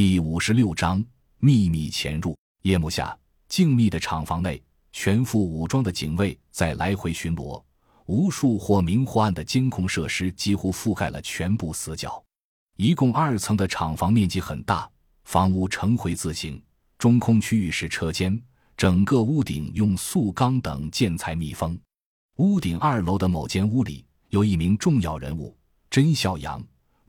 第56章秘密潜入。夜幕下，静谧的厂房内，全副武装的警卫在来回巡逻，无数或明或暗的监控设施几乎覆盖了全部死角。一共2层的厂房面积很大，房屋呈回字形，中空区域是车间，整个屋顶用塑钢等建材密封。屋顶2楼的某间屋里有一名重要人物甄孝阳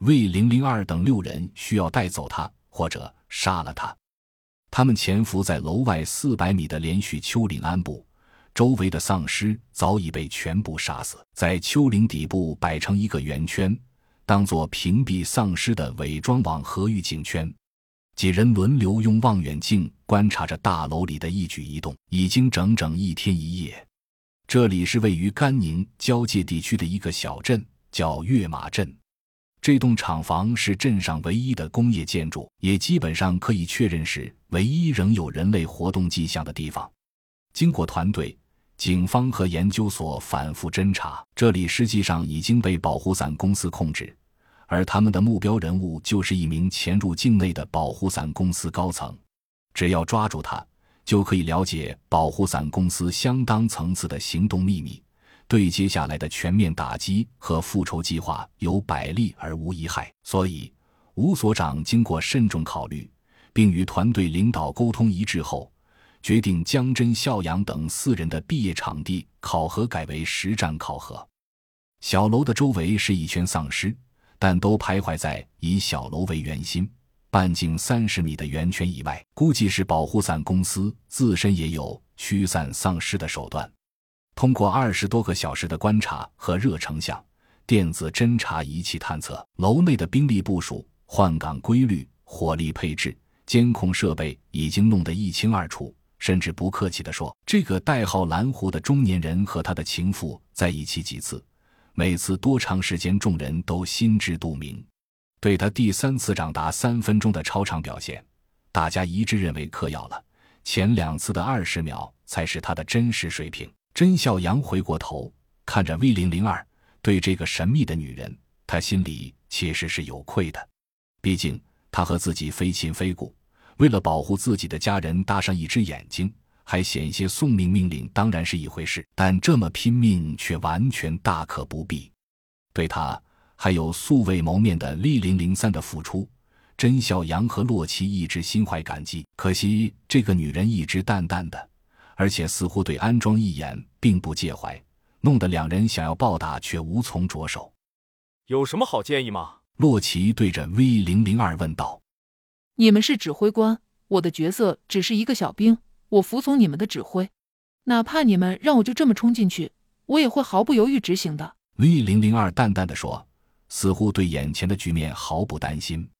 ，V002等6人需要带走他或者杀了他。他们潜伏在楼外400米的连续丘陵安部，周围的丧尸早已被全部杀死，在丘陵底部摆成一个圆圈，当作屏蔽丧尸的伪装网和预警圈。几人轮流用望远镜观察着大楼里的一举一动，已经整整1天1夜。这里是位于甘宁交界地区的一个小镇，叫跃马镇。这栋厂房是镇上唯一的工业建筑，也基本上可以确认是唯一仍有人类活动迹象的地方。经过团队、警方和研究所反复侦查，这里实际上已经被保护伞公司控制，而他们的目标人物就是一名潜入境内的保护伞公司高层。只要抓住他，就可以了解保护伞公司相当层次的行动秘密，对接下来的全面打击和复仇计划有百利而无一害。所以吴所长经过慎重考虑，并与团队领导沟通一致后，决定将甄孝阳等4人的毕业场地考核改为实战考核。小楼的周围是一圈丧尸，但都徘徊在以小楼为圆心半径30米的圆圈以外，估计是保护伞公司自身也有驱散丧尸的手段。通过20多个小时的观察和热成像、电子侦察仪器探测，楼内的兵力部署、换岗规律、火力配置、监控设备已经弄得一清二楚。甚至不客气地说，这个代号蓝狐的中年人和他的情妇在一起几次，每次多长时间众人都心知肚明。对他第3次长达3分钟的超长表现，大家一致认为嗑药了，前2次的20秒才是他的真实水平。甄孝阳回过头看着 V002， 对这个神秘的女人，他心里其实是有愧的。毕竟他和自己非亲非故，为了保护自己的家人搭上一只眼睛，还险些送命命令当然是一回事，但这么拼命却完全大可不必。对他还有素未谋面的V003的付出，甄孝阳和洛奇一直心怀感激。可惜这个女人一直淡淡的，而且似乎对安庄一眼并不介怀，弄得2人想要报答却无从着手。 有什么好建议吗？ 洛奇对着 V002 问道。 你们是指挥官，我的角色只是一个小兵，我服从你们的指挥，哪怕你们让我就这么冲进去，我也会毫不犹豫执行的。 V002 淡淡地说，似乎对眼前的局面毫不担心。